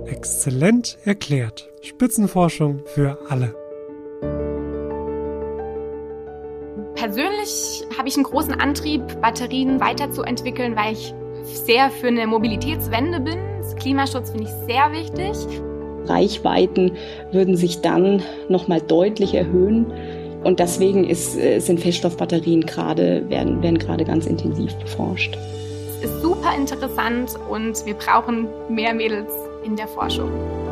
Exzellent erklärt. Spitzenforschung für alle. Persönlich habe ich einen großen Antrieb, Batterien weiterzuentwickeln, weil ich sehr für eine Mobilitätswende bin. Das Klimaschutz finde ich sehr wichtig. Reichweiten würden sich dann nochmal deutlich erhöhen. Und deswegen sind Feststoffbatterien werden gerade ganz intensiv beforscht. Es ist super interessant und wir brauchen mehr Mädels in der Forschung.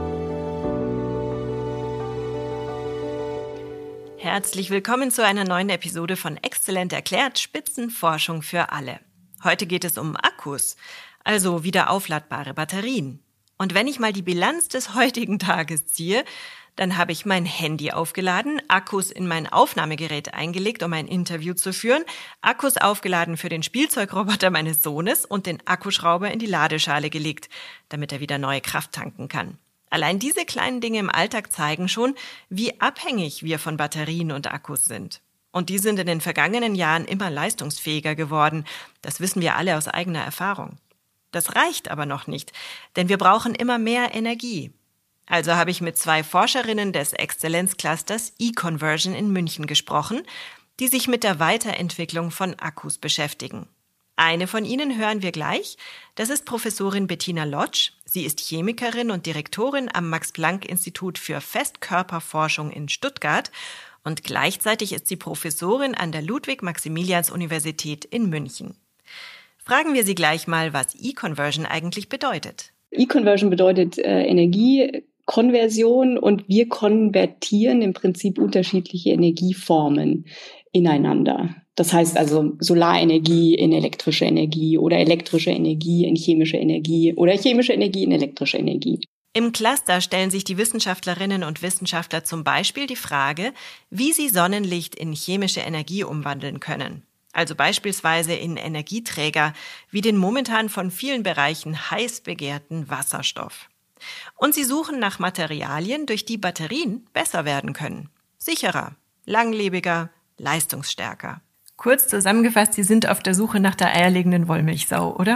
Herzlich willkommen zu einer neuen Episode von Exzellent erklärt, Spitzenforschung für alle. Heute geht es um Akkus, also wieder aufladbare Batterien. Und wenn ich mal die Bilanz des heutigen Tages ziehe, dann habe ich mein Handy aufgeladen, Akkus in mein Aufnahmegerät eingelegt, um ein Interview zu führen, Akkus aufgeladen für den Spielzeugroboter meines Sohnes und den Akkuschrauber in die Ladeschale gelegt, damit er wieder neue Kraft tanken kann. Allein diese kleinen Dinge im Alltag zeigen schon, wie abhängig wir von Batterien und Akkus sind. Und die sind in den vergangenen Jahren immer leistungsfähiger geworden. Das wissen wir alle aus eigener Erfahrung. Das reicht aber noch nicht, denn wir brauchen immer mehr Energie. Also habe ich mit 2 Forscherinnen des Exzellenzclusters E-Conversion in München gesprochen, die sich mit der Weiterentwicklung von Akkus beschäftigen. Eine von ihnen hören wir gleich. Das ist Professorin Bettina Lotsch. Sie ist Chemikerin und Direktorin am Max-Planck-Institut für Festkörperforschung in Stuttgart und gleichzeitig ist sie Professorin an der Ludwig-Maximilians-Universität in München. Fragen wir sie gleich mal, was E-Conversion eigentlich bedeutet. E-Conversion bedeutet Energiekonversion und wir konvertieren im Prinzip unterschiedliche Energieformen ineinander. Das heißt also Solarenergie in elektrische Energie oder elektrische Energie in chemische Energie oder chemische Energie in elektrische Energie. Im Cluster stellen sich die Wissenschaftlerinnen und Wissenschaftler zum Beispiel die Frage, wie sie Sonnenlicht in chemische Energie umwandeln können. Also beispielsweise in Energieträger wie den momentan von vielen Bereichen heiß begehrten Wasserstoff. Und sie suchen nach Materialien, durch die Batterien besser werden können. Sicherer, langlebiger, leistungsstärker. Kurz zusammengefasst, Sie sind auf der Suche nach der eierlegenden Wollmilchsau, oder?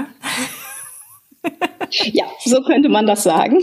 Ja, so könnte man das sagen.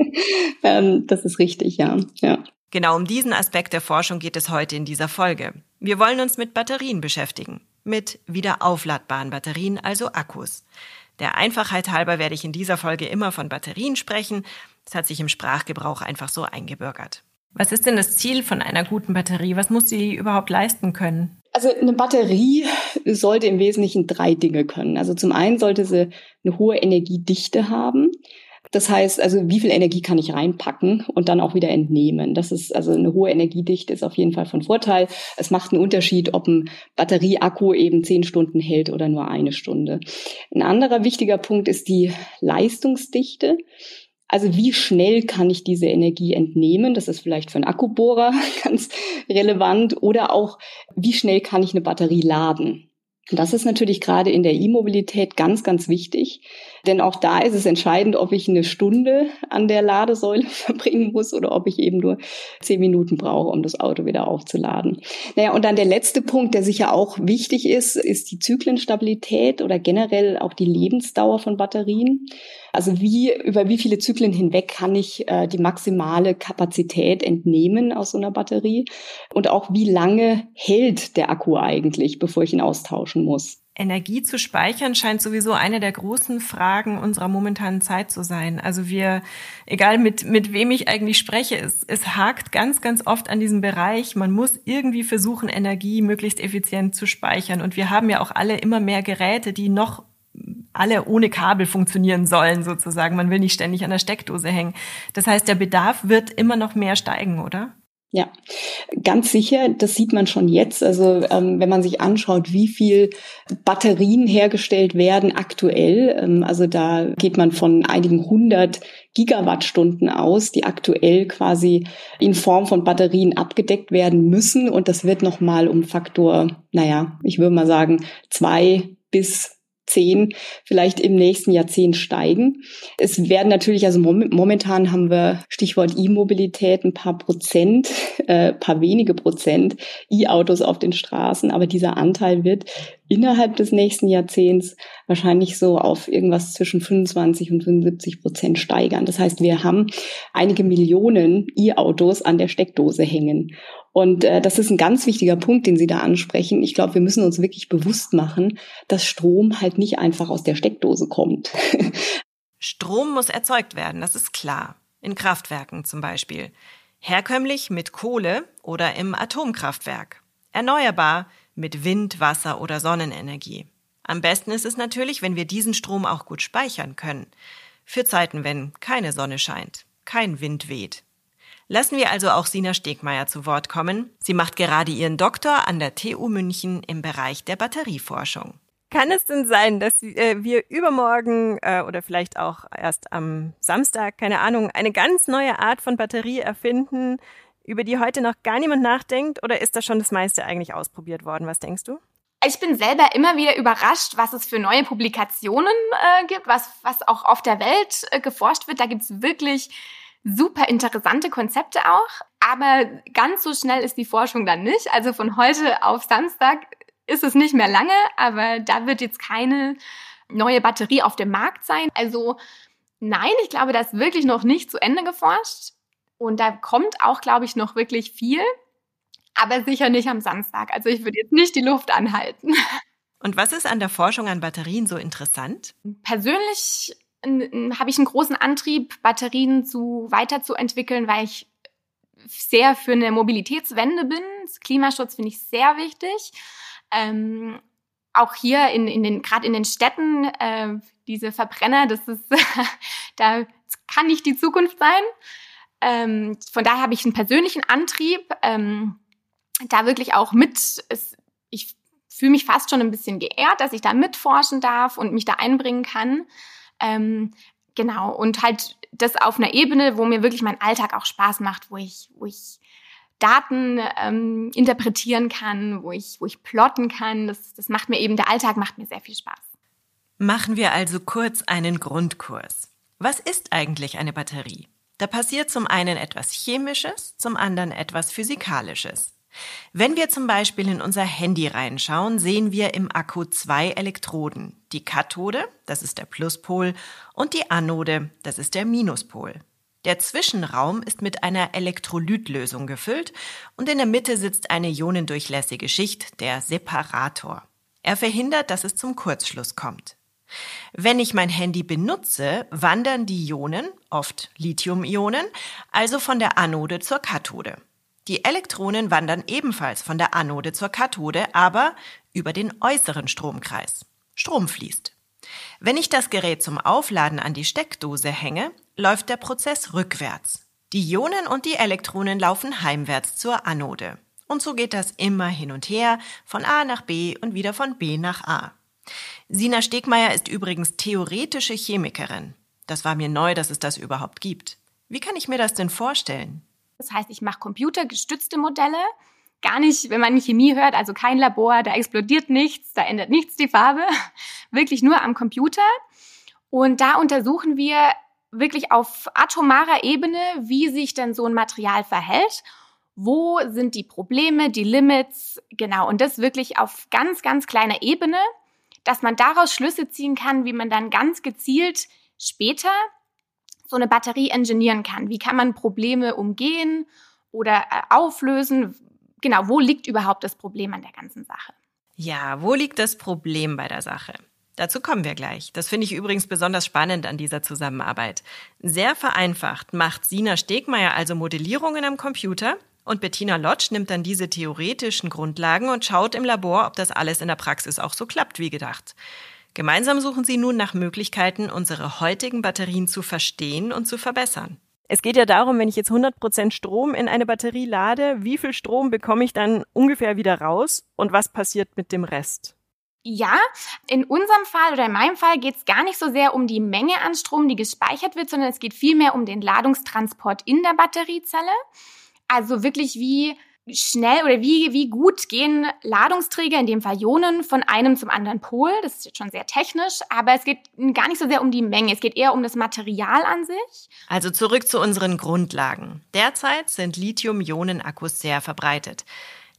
Das ist richtig, ja. Genau um diesen Aspekt der Forschung geht es heute in dieser Folge. Wir wollen uns mit Batterien beschäftigen. Mit wieder aufladbaren Batterien, also Akkus. Der Einfachheit halber werde ich in dieser Folge immer von Batterien sprechen. Das hat sich im Sprachgebrauch einfach so eingebürgert. Was ist denn das Ziel von einer guten Batterie? Was muss sie überhaupt leisten können? Also eine Batterie sollte im Wesentlichen 3 Dinge können. Also zum einen sollte sie eine hohe Energiedichte haben. Das heißt also, wie viel Energie kann ich reinpacken und dann auch wieder entnehmen? Das ist also eine hohe Energiedichte ist auf jeden Fall von Vorteil. Es macht einen Unterschied, ob ein Batterieakku eben 10 Stunden hält oder nur 1 Stunde. Ein anderer wichtiger Punkt ist die Leistungsdichte. Also wie schnell kann ich diese Energie entnehmen? Das ist vielleicht für einen Akkubohrer ganz relevant. Oder auch, wie schnell kann ich eine Batterie laden? Und das ist natürlich gerade in der E-Mobilität ganz, ganz wichtig. Denn auch da ist es entscheidend, ob ich 1 Stunde an der Ladesäule verbringen muss oder ob ich eben nur 10 Minuten brauche, um das Auto wieder aufzuladen. Und dann der letzte Punkt, der sicher auch wichtig ist die Zyklenstabilität oder generell auch die Lebensdauer von Batterien. Also über wie viele Zyklen hinweg kann ich die maximale Kapazität entnehmen aus so einer Batterie? Und auch wie lange hält der Akku eigentlich, bevor ich ihn austauschen muss? Energie zu speichern scheint sowieso eine der großen Fragen unserer momentanen Zeit zu sein. Also egal mit wem ich eigentlich spreche, es hakt ganz, ganz oft an diesem Bereich. Man muss irgendwie versuchen, Energie möglichst effizient zu speichern. Und wir haben ja auch alle immer mehr Geräte, die noch alle ohne Kabel funktionieren sollen, sozusagen. Man will nicht ständig an der Steckdose hängen. Das heißt, der Bedarf wird immer noch mehr steigen, oder? Ja, ganz sicher. Das sieht man schon jetzt. Also wenn man sich anschaut, wie viel Batterien hergestellt werden aktuell, also da geht man von einigen 100 Gigawattstunden aus, die aktuell quasi in Form von Batterien abgedeckt werden müssen. Und das wird nochmal um Faktor, ich würde mal sagen, 2 bis 10 vielleicht im nächsten Jahrzehnt steigen. Es werden natürlich, also momentan haben wir Stichwort E-Mobilität, ein paar wenige Prozent E-Autos auf den Straßen, aber dieser Anteil wird innerhalb des nächsten Jahrzehnts wahrscheinlich so auf irgendwas zwischen 25 und 75% steigern. Das heißt, wir haben einige Millionen E-Autos an der Steckdose hängen. Und das ist ein ganz wichtiger Punkt, den Sie da ansprechen. Ich glaube, wir müssen uns wirklich bewusst machen, dass Strom halt nicht einfach aus der Steckdose kommt. Strom muss erzeugt werden, das ist klar. In Kraftwerken zum Beispiel. Herkömmlich mit Kohle oder im Atomkraftwerk. Erneuerbar mit Wind-, Wasser- oder Sonnenenergie. Am besten ist es natürlich, wenn wir diesen Strom auch gut speichern können. Für Zeiten, wenn keine Sonne scheint, kein Wind weht. Lassen wir also auch Sina Stegmaier zu Wort kommen. Sie macht gerade ihren Doktor an der TU München im Bereich der Batterieforschung. Kann es denn sein, dass wir übermorgen oder vielleicht auch erst am Samstag, keine Ahnung, eine ganz neue Art von Batterie erfinden, über die heute noch gar niemand nachdenkt? Oder ist da schon das meiste eigentlich ausprobiert worden? Was denkst du? Ich bin selber immer wieder überrascht, was es für neue Publikationen gibt, was auch auf der Welt geforscht wird. Da gibt's wirklich super interessante Konzepte auch. Aber ganz so schnell ist die Forschung dann nicht. Also von heute auf Samstag ist es nicht mehr lange, aber da wird jetzt keine neue Batterie auf dem Markt sein. Also nein, ich glaube, da ist wirklich noch nicht zu Ende geforscht. Und da kommt auch, glaube ich, noch wirklich viel, aber sicher nicht am Samstag. Also ich würde jetzt nicht die Luft anhalten. Und was ist an der Forschung an Batterien so interessant? Persönlich habe ich einen großen Antrieb, Batterien weiterzuentwickeln, weil ich sehr für eine Mobilitätswende bin. Klimaschutz finde ich sehr wichtig. Auch hier gerade in den Städten, diese Verbrenner, das ist, da kann nicht die Zukunft sein. Von daher habe ich einen persönlichen Antrieb, da wirklich auch ich fühle mich fast schon ein bisschen geehrt, dass ich da mitforschen darf und mich da einbringen kann. Genau, und halt das auf einer Ebene, wo mir wirklich mein Alltag auch Spaß macht, wo ich Daten interpretieren kann, wo ich plotten kann. Das macht mir eben, der Alltag macht mir sehr viel Spaß. Machen wir also kurz einen Grundkurs. Was ist eigentlich eine Batterie? Da passiert zum einen etwas Chemisches, zum anderen etwas Physikalisches. Wenn wir zum Beispiel in unser Handy reinschauen, sehen wir im Akku 2 Elektroden. Die Kathode, das ist der Pluspol, und die Anode, das ist der Minuspol. Der Zwischenraum ist mit einer Elektrolytlösung gefüllt und in der Mitte sitzt eine ionendurchlässige Schicht, der Separator. Er verhindert, dass es zum Kurzschluss kommt. Wenn ich mein Handy benutze, wandern die Ionen, oft Lithium-Ionen, also von der Anode zur Kathode. Die Elektronen wandern ebenfalls von der Anode zur Kathode, aber über den äußeren Stromkreis. Strom fließt. Wenn ich das Gerät zum Aufladen an die Steckdose hänge, läuft der Prozess rückwärts. Die Ionen und die Elektronen laufen heimwärts zur Anode. Und so geht das immer hin und her, von A nach B und wieder von B nach A. Sina Stegmaier ist übrigens theoretische Chemikerin. Das war mir neu, dass es das überhaupt gibt. Wie kann ich mir das denn vorstellen? Das heißt, ich mache computergestützte Modelle. Gar nicht, wenn man Chemie hört, also kein Labor, da explodiert nichts, da ändert nichts die Farbe. Wirklich nur am Computer. Und da untersuchen wir wirklich auf atomarer Ebene, wie sich denn so ein Material verhält. Wo sind die Probleme, die Limits? Genau, und das wirklich auf ganz, ganz kleiner Ebene, dass man daraus Schlüsse ziehen kann, wie man dann ganz gezielt später so eine Batterie engineeren kann. Wie kann man Probleme umgehen oder auflösen? Genau, wo liegt überhaupt das Problem an der ganzen Sache? Ja, wo liegt das Problem bei der Sache? Dazu kommen wir gleich. Das finde ich übrigens besonders spannend an dieser Zusammenarbeit. Sehr vereinfacht macht Sina Stegmaier also Modellierungen am Computer und Bettina Lotsch nimmt dann diese theoretischen Grundlagen und schaut im Labor, ob das alles in der Praxis auch so klappt wie gedacht. Gemeinsam suchen sie nun nach Möglichkeiten, unsere heutigen Batterien zu verstehen und zu verbessern. Es geht ja darum, wenn ich jetzt 100% Strom in eine Batterie lade, wie viel Strom bekomme ich dann ungefähr wieder raus und was passiert mit dem Rest? Ja, in unserem Fall oder in meinem Fall geht es gar nicht so sehr um die Menge an Strom, die gespeichert wird, sondern es geht vielmehr um den Ladungstransport in der Batteriezelle. Also wirklich wie schnell oder wie gut gehen Ladungsträger, in dem Fall Ionen, von einem zum anderen Pol. Das ist jetzt schon sehr technisch, aber es geht gar nicht so sehr um die Menge. Es geht eher um das Material an sich. Also zurück zu unseren Grundlagen. Derzeit sind Lithium-Ionen-Akkus sehr verbreitet.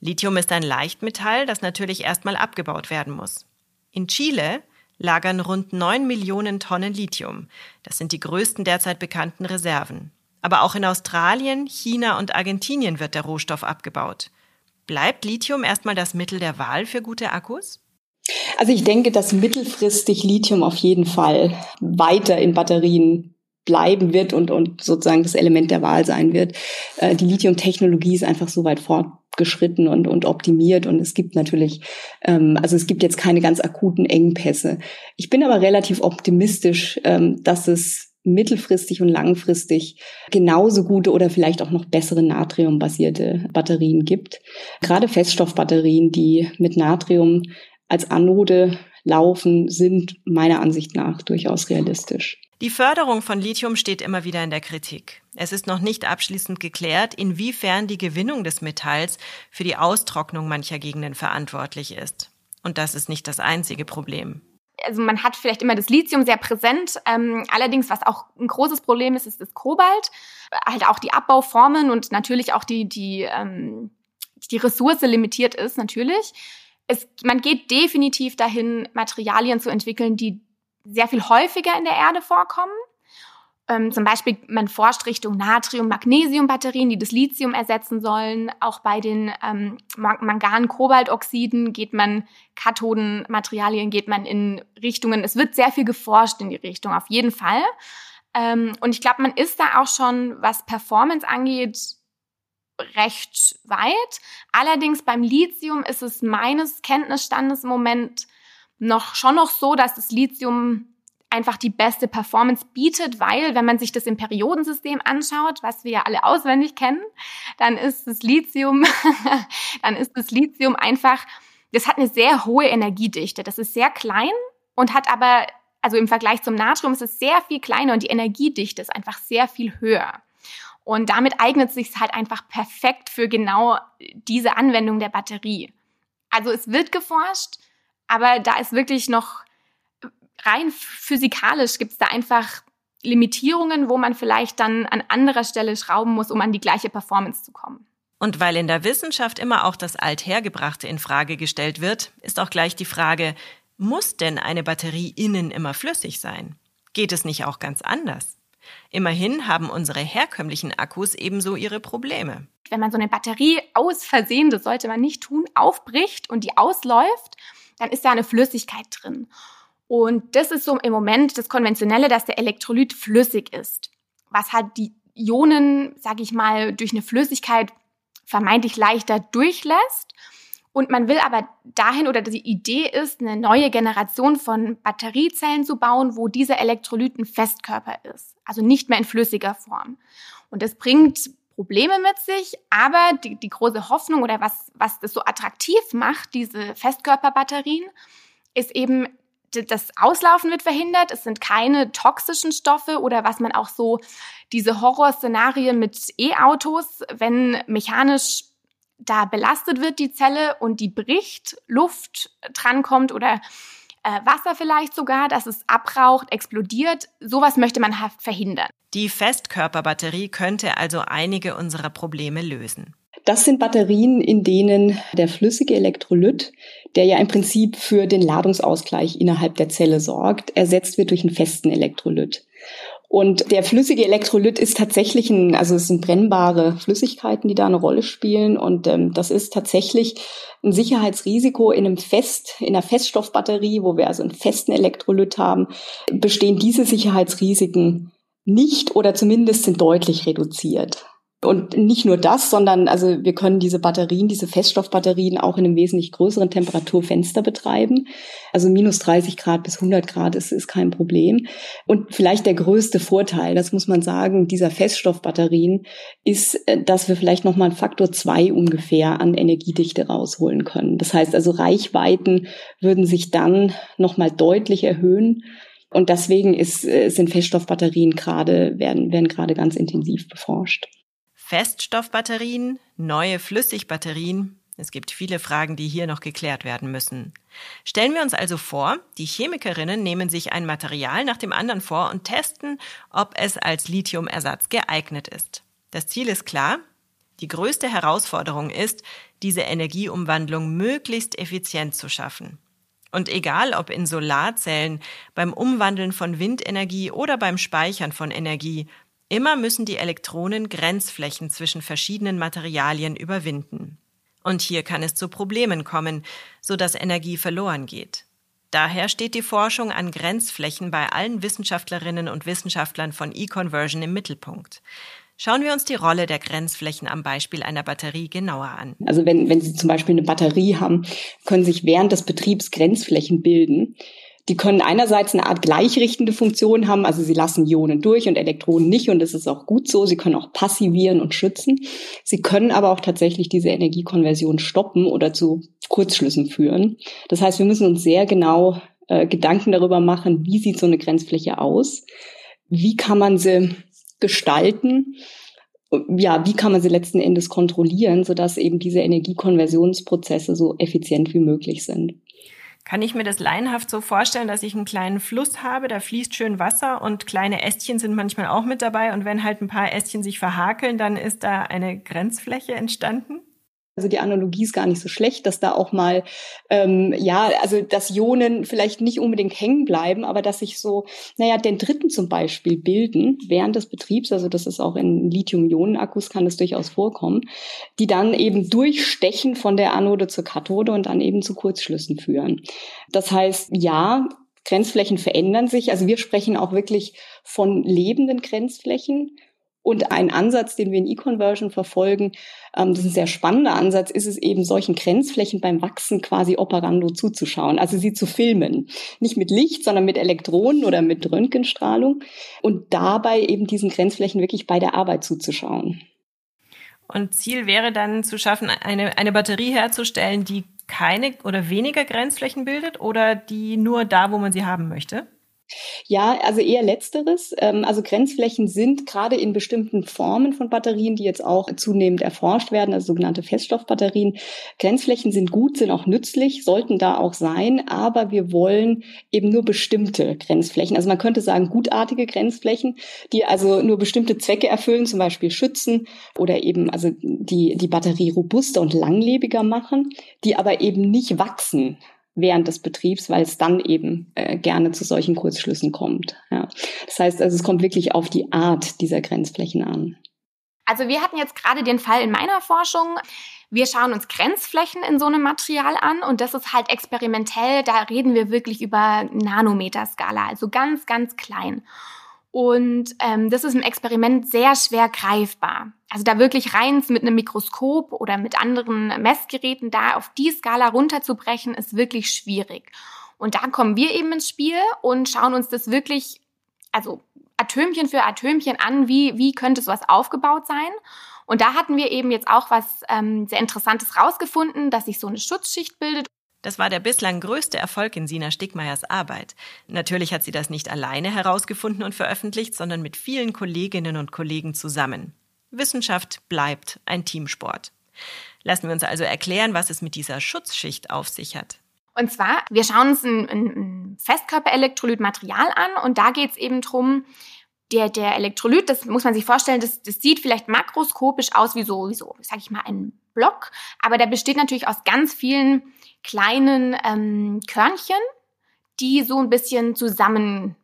Lithium ist ein Leichtmetall, das natürlich erstmal abgebaut werden muss. In Chile lagern rund 9 Millionen Tonnen Lithium. Das sind die größten derzeit bekannten Reserven. Aber auch in Australien, China und Argentinien wird der Rohstoff abgebaut. Bleibt Lithium erstmal das Mittel der Wahl für gute Akkus? Also ich denke, dass mittelfristig Lithium auf jeden Fall weiter in Batterien bleiben wird und sozusagen das Element der Wahl sein wird. Die Lithium-Technologie ist einfach so weit fortgeschritten und optimiert und es gibt natürlich, es gibt jetzt keine ganz akuten Engpässe. Ich bin aber relativ optimistisch, dass es mittelfristig und langfristig genauso gute oder vielleicht auch noch bessere natriumbasierte Batterien gibt. Gerade Feststoffbatterien, die mit Natrium als Anode laufen, sind meiner Ansicht nach durchaus realistisch. Die Förderung von Lithium steht immer wieder in der Kritik. Es ist noch nicht abschließend geklärt, inwiefern die Gewinnung des Metalls für die Austrocknung mancher Gegenden verantwortlich ist. Und das ist nicht das einzige Problem. Also man hat vielleicht immer das Lithium sehr präsent. Allerdings, was auch ein großes Problem ist, ist das Kobalt. Halt auch die Abbauformen und natürlich auch die Ressource limitiert ist, natürlich. Man geht definitiv dahin, Materialien zu entwickeln, die sehr viel häufiger in der Erde vorkommen. Zum Beispiel, man forscht Richtung Natrium-Magnesium-Batterien, die das Lithium ersetzen sollen. Auch bei den Mangan-Kobaltoxiden Kathodenmaterialien geht man in Richtungen. Es wird sehr viel geforscht in die Richtung, auf jeden Fall. Und ich glaube, man ist da auch schon, was Performance angeht, recht weit. Allerdings beim Lithium ist es meines Kenntnisstandes im Moment noch so, dass das Lithium einfach die beste Performance bietet, weil, wenn man sich das im Periodensystem anschaut, was wir ja alle auswendig kennen, dann ist das Lithium einfach, das hat eine sehr hohe Energiedichte. Das ist sehr klein und hat aber, also im Vergleich zum Natrium ist es sehr viel kleiner und die Energiedichte ist einfach sehr viel höher. Und damit eignet es sich halt einfach perfekt für genau diese Anwendung der Batterie. Also es wird geforscht, aber da ist wirklich noch rein physikalisch gibt es da einfach Limitierungen, wo man vielleicht dann an anderer Stelle schrauben muss, um an die gleiche Performance zu kommen. Und weil in der Wissenschaft immer auch das Althergebrachte in Frage gestellt wird, ist auch gleich die Frage, muss denn eine Batterie innen immer flüssig sein? Geht es nicht auch ganz anders? Immerhin haben unsere herkömmlichen Akkus ebenso ihre Probleme. Wenn man so eine Batterie aus Versehen, das sollte man nicht tun, aufbricht und die ausläuft, dann ist da eine Flüssigkeit drin. Und das ist so im Moment das Konventionelle, dass der Elektrolyt flüssig ist. Was halt die Ionen, sage ich mal, durch eine Flüssigkeit vermeintlich leichter durchlässt. Und man will aber dahin, oder die Idee ist, eine neue Generation von Batteriezellen zu bauen, wo dieser Elektrolyt ein Festkörper ist. Also nicht mehr in flüssiger Form. Und das bringt Probleme mit sich, aber die große Hoffnung oder was das so attraktiv macht, diese Festkörperbatterien, ist eben, das Auslaufen wird verhindert, es sind keine toxischen Stoffe oder was man auch so, diese Horrorszenarien mit E-Autos, wenn mechanisch da belastet wird die Zelle und die bricht, Luft drankommt oder Wasser vielleicht sogar, dass es abraucht, explodiert. Sowas möchte man verhindern. Die Festkörperbatterie könnte also einige unserer Probleme lösen. Das sind Batterien, in denen der flüssige Elektrolyt, der ja im Prinzip für den Ladungsausgleich innerhalb der Zelle sorgt, ersetzt wird durch einen festen Elektrolyt. Und der flüssige Elektrolyt ist tatsächlich es sind brennbare Flüssigkeiten, die da eine Rolle spielen. Und das ist tatsächlich ein Sicherheitsrisiko in einer Feststoffbatterie, wo wir also einen festen Elektrolyt haben, bestehen diese Sicherheitsrisiken nicht oder zumindest sind deutlich reduziert. Und nicht nur das, sondern wir können diese Feststoffbatterien auch in einem wesentlich größeren Temperaturfenster betreiben. Also minus 30 Grad bis 100 Grad ist kein Problem. Und vielleicht der größte Vorteil, das muss man sagen, dieser Feststoffbatterien ist, dass wir vielleicht nochmal einen Faktor 2 ungefähr an Energiedichte rausholen können. Das heißt also, Reichweiten würden sich dann nochmal deutlich erhöhen. Und deswegen sind Feststoffbatterien werden gerade ganz intensiv beforscht. Feststoffbatterien, neue Flüssigbatterien. Es gibt viele Fragen, die hier noch geklärt werden müssen. Stellen wir uns also vor, die Chemikerinnen nehmen sich ein Material nach dem anderen vor und testen, ob es als Lithiumersatz geeignet ist. Das Ziel ist klar, Die größte Herausforderung ist, diese Energieumwandlung möglichst effizient zu schaffen. Und egal ob in Solarzellen, beim Umwandeln von Windenergie oder beim Speichern von Energie, immer müssen die Elektronen Grenzflächen zwischen verschiedenen Materialien überwinden. Und hier kann es zu Problemen kommen, sodass Energie verloren geht. Daher steht die Forschung an Grenzflächen bei allen Wissenschaftlerinnen und Wissenschaftlern von E-Conversion im Mittelpunkt. Schauen wir uns die Rolle der Grenzflächen am Beispiel einer Batterie genauer an. Also wenn Sie zum Beispiel eine Batterie haben, können sich während des Betriebs Grenzflächen bilden. Die können einerseits eine Art gleichrichtende Funktion haben, also sie lassen Ionen durch und Elektronen nicht, und das ist auch gut so. Sie können auch passivieren und schützen. Sie können aber auch tatsächlich diese Energiekonversion stoppen oder zu Kurzschlüssen führen. Das heißt, wir müssen uns sehr genau Gedanken darüber machen, wie sieht so eine Grenzfläche aus? Wie kann man sie gestalten? Ja, wie kann man sie letzten Endes kontrollieren, sodass eben diese Energiekonversionsprozesse so effizient wie möglich sind? Kann ich mir das laienhaft so vorstellen, dass ich einen kleinen Fluss habe, da fließt schön Wasser und kleine Ästchen sind manchmal auch mit dabei, und wenn halt ein paar Ästchen sich verhakeln, dann ist da eine Grenzfläche entstanden? Also die Analogie ist gar nicht so schlecht, dass da auch mal, also dass Ionen vielleicht nicht unbedingt hängen bleiben, aber dass sich so, Dendriten zum Beispiel bilden während des Betriebs, also das ist auch in Lithium-Ionen-Akkus kann das durchaus vorkommen, die dann eben durchstechen von der Anode zur Kathode und dann eben zu Kurzschlüssen führen. Das heißt, ja, Grenzflächen verändern sich, also wir sprechen auch wirklich von lebenden Grenzflächen. Und ein Ansatz, den wir in E-Conversion verfolgen, das ist ein sehr spannender Ansatz, ist es eben, solchen Grenzflächen beim Wachsen quasi operando zuzuschauen, also sie zu filmen. Nicht mit Licht, sondern mit Elektronen oder mit Röntgenstrahlung und dabei eben diesen Grenzflächen wirklich bei der Arbeit zuzuschauen. Und Ziel wäre dann zu schaffen, eine Batterie herzustellen, die keine oder weniger Grenzflächen bildet oder die nur da, wo man sie haben möchte? Ja, also eher Letzteres. Also Grenzflächen sind gerade in bestimmten Formen von Batterien, die jetzt auch zunehmend erforscht werden, also sogenannte Feststoffbatterien. Grenzflächen sind gut, sind auch nützlich, sollten da auch sein, aber wir wollen eben nur bestimmte Grenzflächen. Also man könnte sagen gutartige Grenzflächen, die also nur bestimmte Zwecke erfüllen, zum Beispiel schützen oder eben also die Batterie robuster und langlebiger machen, die aber eben nicht wachsen während des Betriebs, weil es dann eben gerne zu solchen Kurzschlüssen kommt. Ja. Das heißt, also es kommt wirklich auf die Art dieser Grenzflächen an. Also wir hatten jetzt gerade den Fall in meiner Forschung. Wir schauen uns Grenzflächen in so einem Material an und das ist halt experimentell. Da reden wir wirklich über Nanometerskala, also ganz, ganz klein. Und das ist im Experiment sehr schwer greifbar. Also da wirklich rein mit einem Mikroskop oder mit anderen Messgeräten da auf die Skala runterzubrechen, ist wirklich schwierig. Und da kommen wir eben ins Spiel und schauen uns das wirklich, also Atömchen für Atömchen an, wie könnte sowas aufgebaut sein. Und da hatten wir eben jetzt auch was sehr Interessantes rausgefunden, dass sich so eine Schutzschicht bildet. Das war der bislang größte Erfolg in Sina Stickmeyers Arbeit. Natürlich hat sie das nicht alleine herausgefunden und veröffentlicht, sondern mit vielen Kolleginnen und Kollegen zusammen. Wissenschaft bleibt ein Teamsport. Lassen wir uns also erklären, was es mit dieser Schutzschicht auf sich hat. Und zwar, wir schauen uns ein Festkörperelektrolytmaterial an und da geht es eben drum, der Elektrolyt, das muss man sich vorstellen, das sieht vielleicht makroskopisch aus wie so, sag ich mal, ein Block, aber der besteht natürlich aus ganz vielen kleinen Körnchen, die so ein bisschen zusammen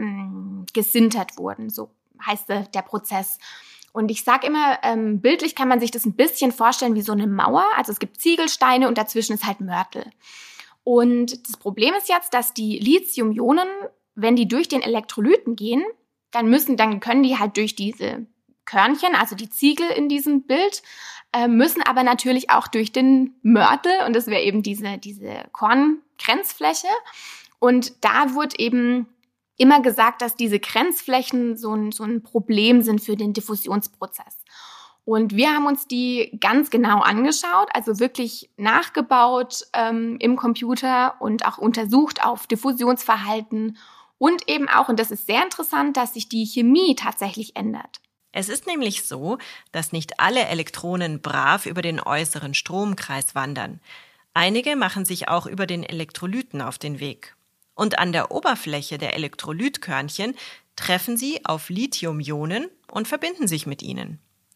gesintert wurden, so heißt der Prozess. Und ich sage immer, bildlich kann man sich das ein bisschen vorstellen wie so eine Mauer, also es gibt Ziegelsteine und dazwischen ist halt Mörtel. Und das Problem ist jetzt, dass die Lithium-Ionen, wenn die durch den Elektrolyten gehen, dann können die halt durch diese Körnchen, also die Ziegel in diesem Bild, müssen aber natürlich auch durch den Mörtel und das wäre eben diese Korngrenzfläche. Und da wird eben immer gesagt, dass diese Grenzflächen so ein Problem sind für den Diffusionsprozess. Und wir haben uns die ganz genau angeschaut, also wirklich nachgebaut im Computer und auch untersucht auf Diffusionsverhalten und eben auch, und das ist sehr interessant, dass sich die Chemie tatsächlich ändert. Es ist nämlich so, dass nicht alle Elektronen brav über den äußeren Stromkreis wandern. Einige machen sich auch über den Elektrolyten auf den Weg. Und an der Oberfläche der Elektrolytkörnchen treffen sie auf Lithium-Ionen und verbinden sich mit ihnen.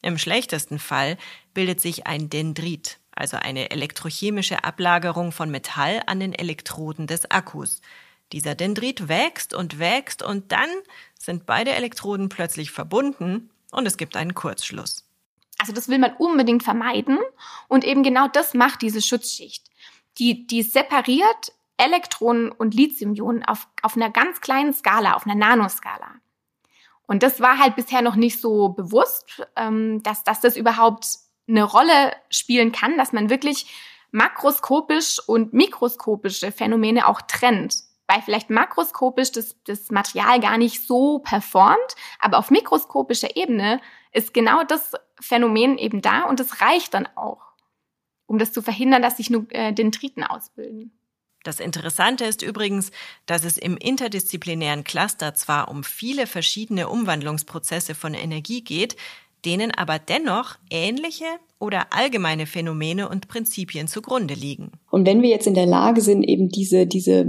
Im schlechtesten Fall bildet sich ein Dendrit, also eine elektrochemische Ablagerung von Metall an den Elektroden des Akkus. Dieser Dendrit wächst und dann sind beide Elektroden plötzlich verbunden und es gibt einen Kurzschluss. Also das will man unbedingt vermeiden und eben genau das macht diese Schutzschicht. Die separiert Elektronen und Lithium-Ionen auf einer ganz kleinen Skala, auf einer Nanoskala. Und das war halt bisher noch nicht so bewusst, dass das überhaupt eine Rolle spielen kann, dass man wirklich makroskopisch und mikroskopische Phänomene auch trennt. Weil vielleicht makroskopisch das Material gar nicht so performt, aber auf mikroskopischer Ebene ist genau das Phänomen eben da und das reicht dann auch, um das zu verhindern, dass sich nur Dendriten ausbilden. Das Interessante ist übrigens, dass es im interdisziplinären Cluster zwar um viele verschiedene Umwandlungsprozesse von Energie geht, denen aber dennoch ähnliche oder allgemeine Phänomene und Prinzipien zugrunde liegen. Und wenn wir jetzt in der Lage sind, eben diese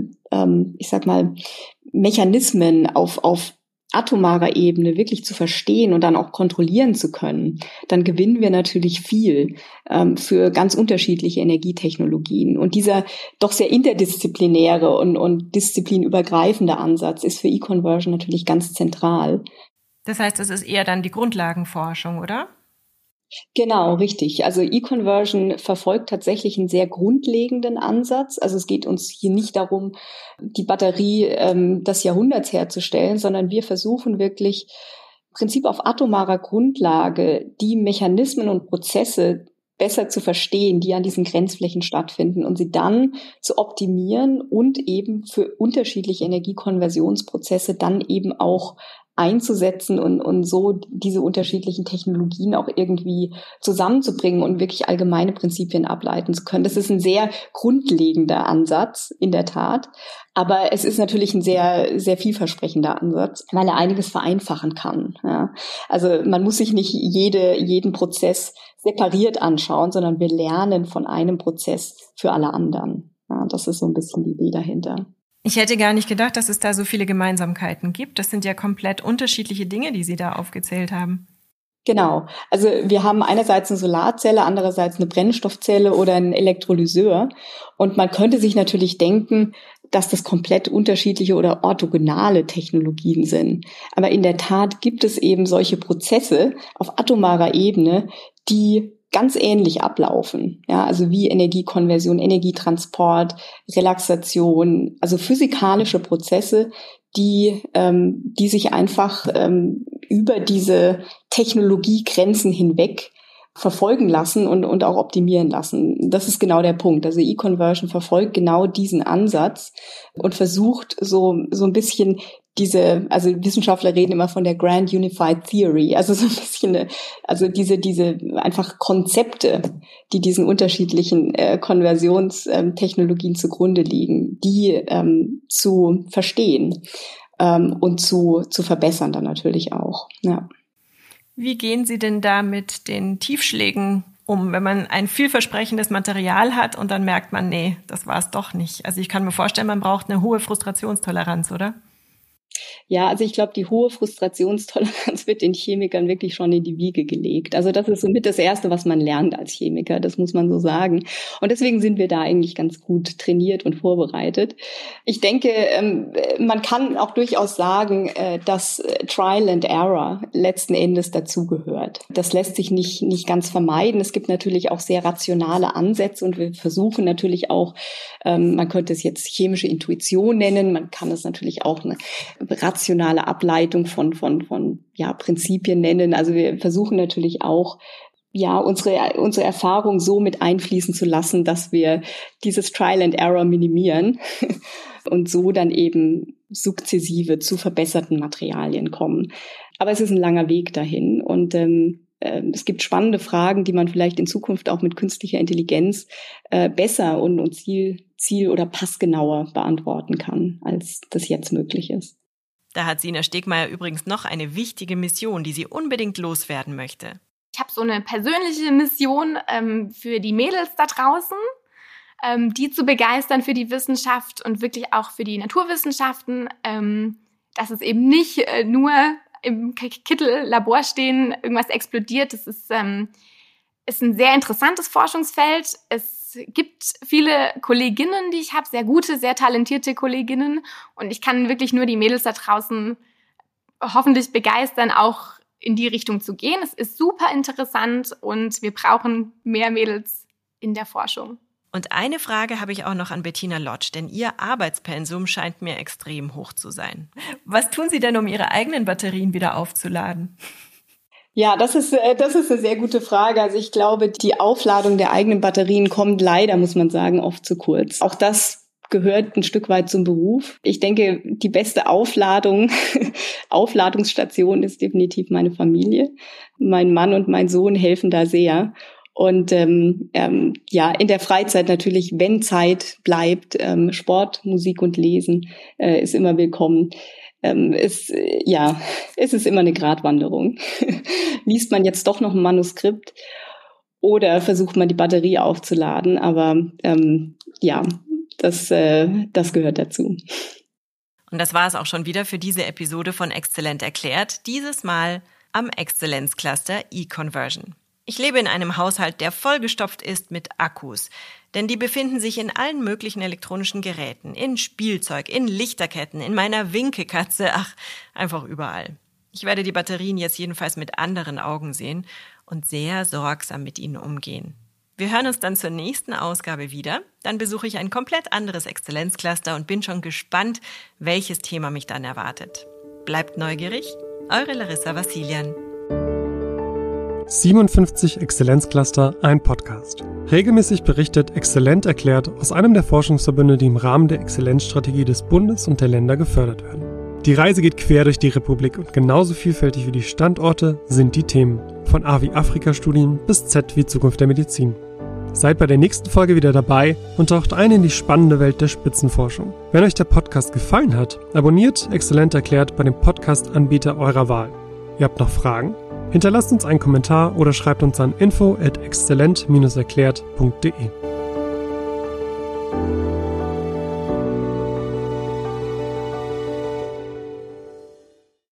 Mechanismen auf atomarer Ebene wirklich zu verstehen und dann auch kontrollieren zu können, dann gewinnen wir natürlich viel für ganz unterschiedliche Energietechnologien. Und dieser doch sehr interdisziplinäre und disziplinübergreifende Ansatz ist für E-Conversion natürlich ganz zentral. Das heißt, es ist eher dann die Grundlagenforschung, oder? Genau, richtig. Also E-Conversion verfolgt tatsächlich einen sehr grundlegenden Ansatz. Also es geht uns hier nicht darum, die Batterie des Jahrhunderts herzustellen, sondern wir versuchen wirklich im Prinzip auf atomarer Grundlage die Mechanismen und Prozesse besser zu verstehen, die an diesen Grenzflächen stattfinden und sie dann zu optimieren und eben für unterschiedliche Energiekonversionsprozesse dann eben auch einzusetzen und so diese unterschiedlichen Technologien auch irgendwie zusammenzubringen und wirklich allgemeine Prinzipien ableiten zu können. Das ist ein sehr grundlegender Ansatz, in der Tat. Aber es ist natürlich ein sehr, sehr vielversprechender Ansatz, weil er einiges vereinfachen kann. Ja. Also man muss sich nicht jeden Prozess separiert anschauen, sondern wir lernen von einem Prozess für alle anderen. Ja, das ist so ein bisschen die Idee dahinter. Ich hätte gar nicht gedacht, dass es da so viele Gemeinsamkeiten gibt. Das sind ja komplett unterschiedliche Dinge, die Sie da aufgezählt haben. Genau. Also wir haben einerseits eine Solarzelle, andererseits eine Brennstoffzelle oder einen Elektrolyseur. Und man könnte sich natürlich denken, dass das komplett unterschiedliche oder orthogonale Technologien sind. Aber in der Tat gibt es eben solche Prozesse auf atomarer Ebene, die ganz ähnlich ablaufen. Ja, also wie Energiekonversion, Energietransport, Relaxation, also physikalische Prozesse, die sich einfach über diese Technologiegrenzen hinweg verfolgen lassen und auch optimieren lassen. Das ist genau der Punkt. Also E-Conversion verfolgt genau diesen Ansatz und versucht so ein bisschen also Wissenschaftler reden immer von der Grand Unified Theory, also so ein bisschen, also diese einfach Konzepte, die diesen unterschiedlichen Konversionstechnologien zugrunde liegen, die zu verstehen und zu verbessern dann natürlich auch, ja. Wie gehen Sie denn da mit den Tiefschlägen um, wenn man ein vielversprechendes Material hat und dann merkt man, nee, das war es doch nicht? Also ich kann mir vorstellen, man braucht eine hohe Frustrationstoleranz, oder? Ja, also ich glaube, die hohe Frustrationstoleranz wird den Chemikern wirklich schon in die Wiege gelegt. Also das ist somit das Erste, was man lernt als Chemiker, das muss man so sagen. Und deswegen sind wir da eigentlich ganz gut trainiert und vorbereitet. Ich denke, man kann auch durchaus sagen, dass Trial and Error letzten Endes dazugehört. Das lässt sich nicht ganz vermeiden. Es gibt natürlich auch sehr rationale Ansätze und wir versuchen natürlich auch, man könnte es jetzt chemische Intuition nennen, man kann es natürlich auch eine rationale Ableitung von Prinzipien nennen. Also wir versuchen natürlich auch, unsere Erfahrung so mit einfließen zu lassen, dass wir dieses Trial and Error minimieren und so dann eben sukzessive zu verbesserten Materialien kommen. Aber es ist ein langer Weg dahin und es gibt spannende Fragen, die man vielleicht in Zukunft auch mit künstlicher Intelligenz besser und ziel- oder passgenauer beantworten kann, als das jetzt möglich ist. Da hat Sina Stegmaier übrigens noch eine wichtige Mission, die sie unbedingt loswerden möchte. Ich habe so eine persönliche Mission für die Mädels da draußen, die zu begeistern für die Wissenschaft und wirklich auch für die Naturwissenschaften, dass es eben nicht nur im Kittel-Labor stehen, irgendwas explodiert. Das ist ein sehr interessantes Forschungsfeld. Es gibt viele Kolleginnen, die ich habe, sehr gute, sehr talentierte Kolleginnen. Und ich kann wirklich nur die Mädels da draußen hoffentlich begeistern, auch in die Richtung zu gehen. Es ist super interessant und wir brauchen mehr Mädels in der Forschung. Und eine Frage habe ich auch noch an Bettina Lotsch, denn ihr Arbeitspensum scheint mir extrem hoch zu sein. Was tun Sie denn, um Ihre eigenen Batterien wieder aufzuladen? Ja, das ist eine sehr gute Frage. Also ich glaube, die Aufladung der eigenen Batterien kommt leider, muss man sagen, oft zu kurz. Auch das gehört ein Stück weit zum Beruf. Ich denke, die beste Aufladungsstation ist definitiv meine Familie. Mein Mann und mein Sohn helfen da sehr. Und in der Freizeit natürlich, wenn Zeit bleibt, Sport, Musik und Lesen ist immer willkommen. Es ist immer eine Gratwanderung. Liest man jetzt doch noch ein Manuskript oder versucht man die Batterie aufzuladen? Aber das gehört dazu. Und das war es auch schon wieder für diese Episode von Exzellent erklärt. Dieses Mal am Exzellenzcluster E-Conversion. Ich lebe in einem Haushalt, der vollgestopft ist mit Akkus. Denn die befinden sich in allen möglichen elektronischen Geräten, in Spielzeug, in Lichterketten, in meiner Winkekatze, einfach überall. Ich werde die Batterien jetzt jedenfalls mit anderen Augen sehen und sehr sorgsam mit ihnen umgehen. Wir hören uns dann zur nächsten Ausgabe wieder. Dann besuche ich ein komplett anderes Exzellenzcluster und bin schon gespannt, welches Thema mich dann erwartet. Bleibt neugierig, eure Larissa Vassilian. 57 Exzellenzcluster, ein Podcast. Regelmäßig berichtet Exzellent erklärt aus einem der Forschungsverbünde, die im Rahmen der Exzellenzstrategie des Bundes und der Länder gefördert werden. Die Reise geht quer durch die Republik und genauso vielfältig wie die Standorte sind die Themen. Von A wie Afrika-Studien bis Z wie Zukunft der Medizin. Seid bei der nächsten Folge wieder dabei und taucht ein in die spannende Welt der Spitzenforschung. Wenn euch der Podcast gefallen hat, abonniert Exzellent erklärt bei dem Podcast-Anbieter eurer Wahl. Ihr habt noch Fragen? Hinterlasst uns einen Kommentar oder schreibt uns an info@exzellent-erklärt.de.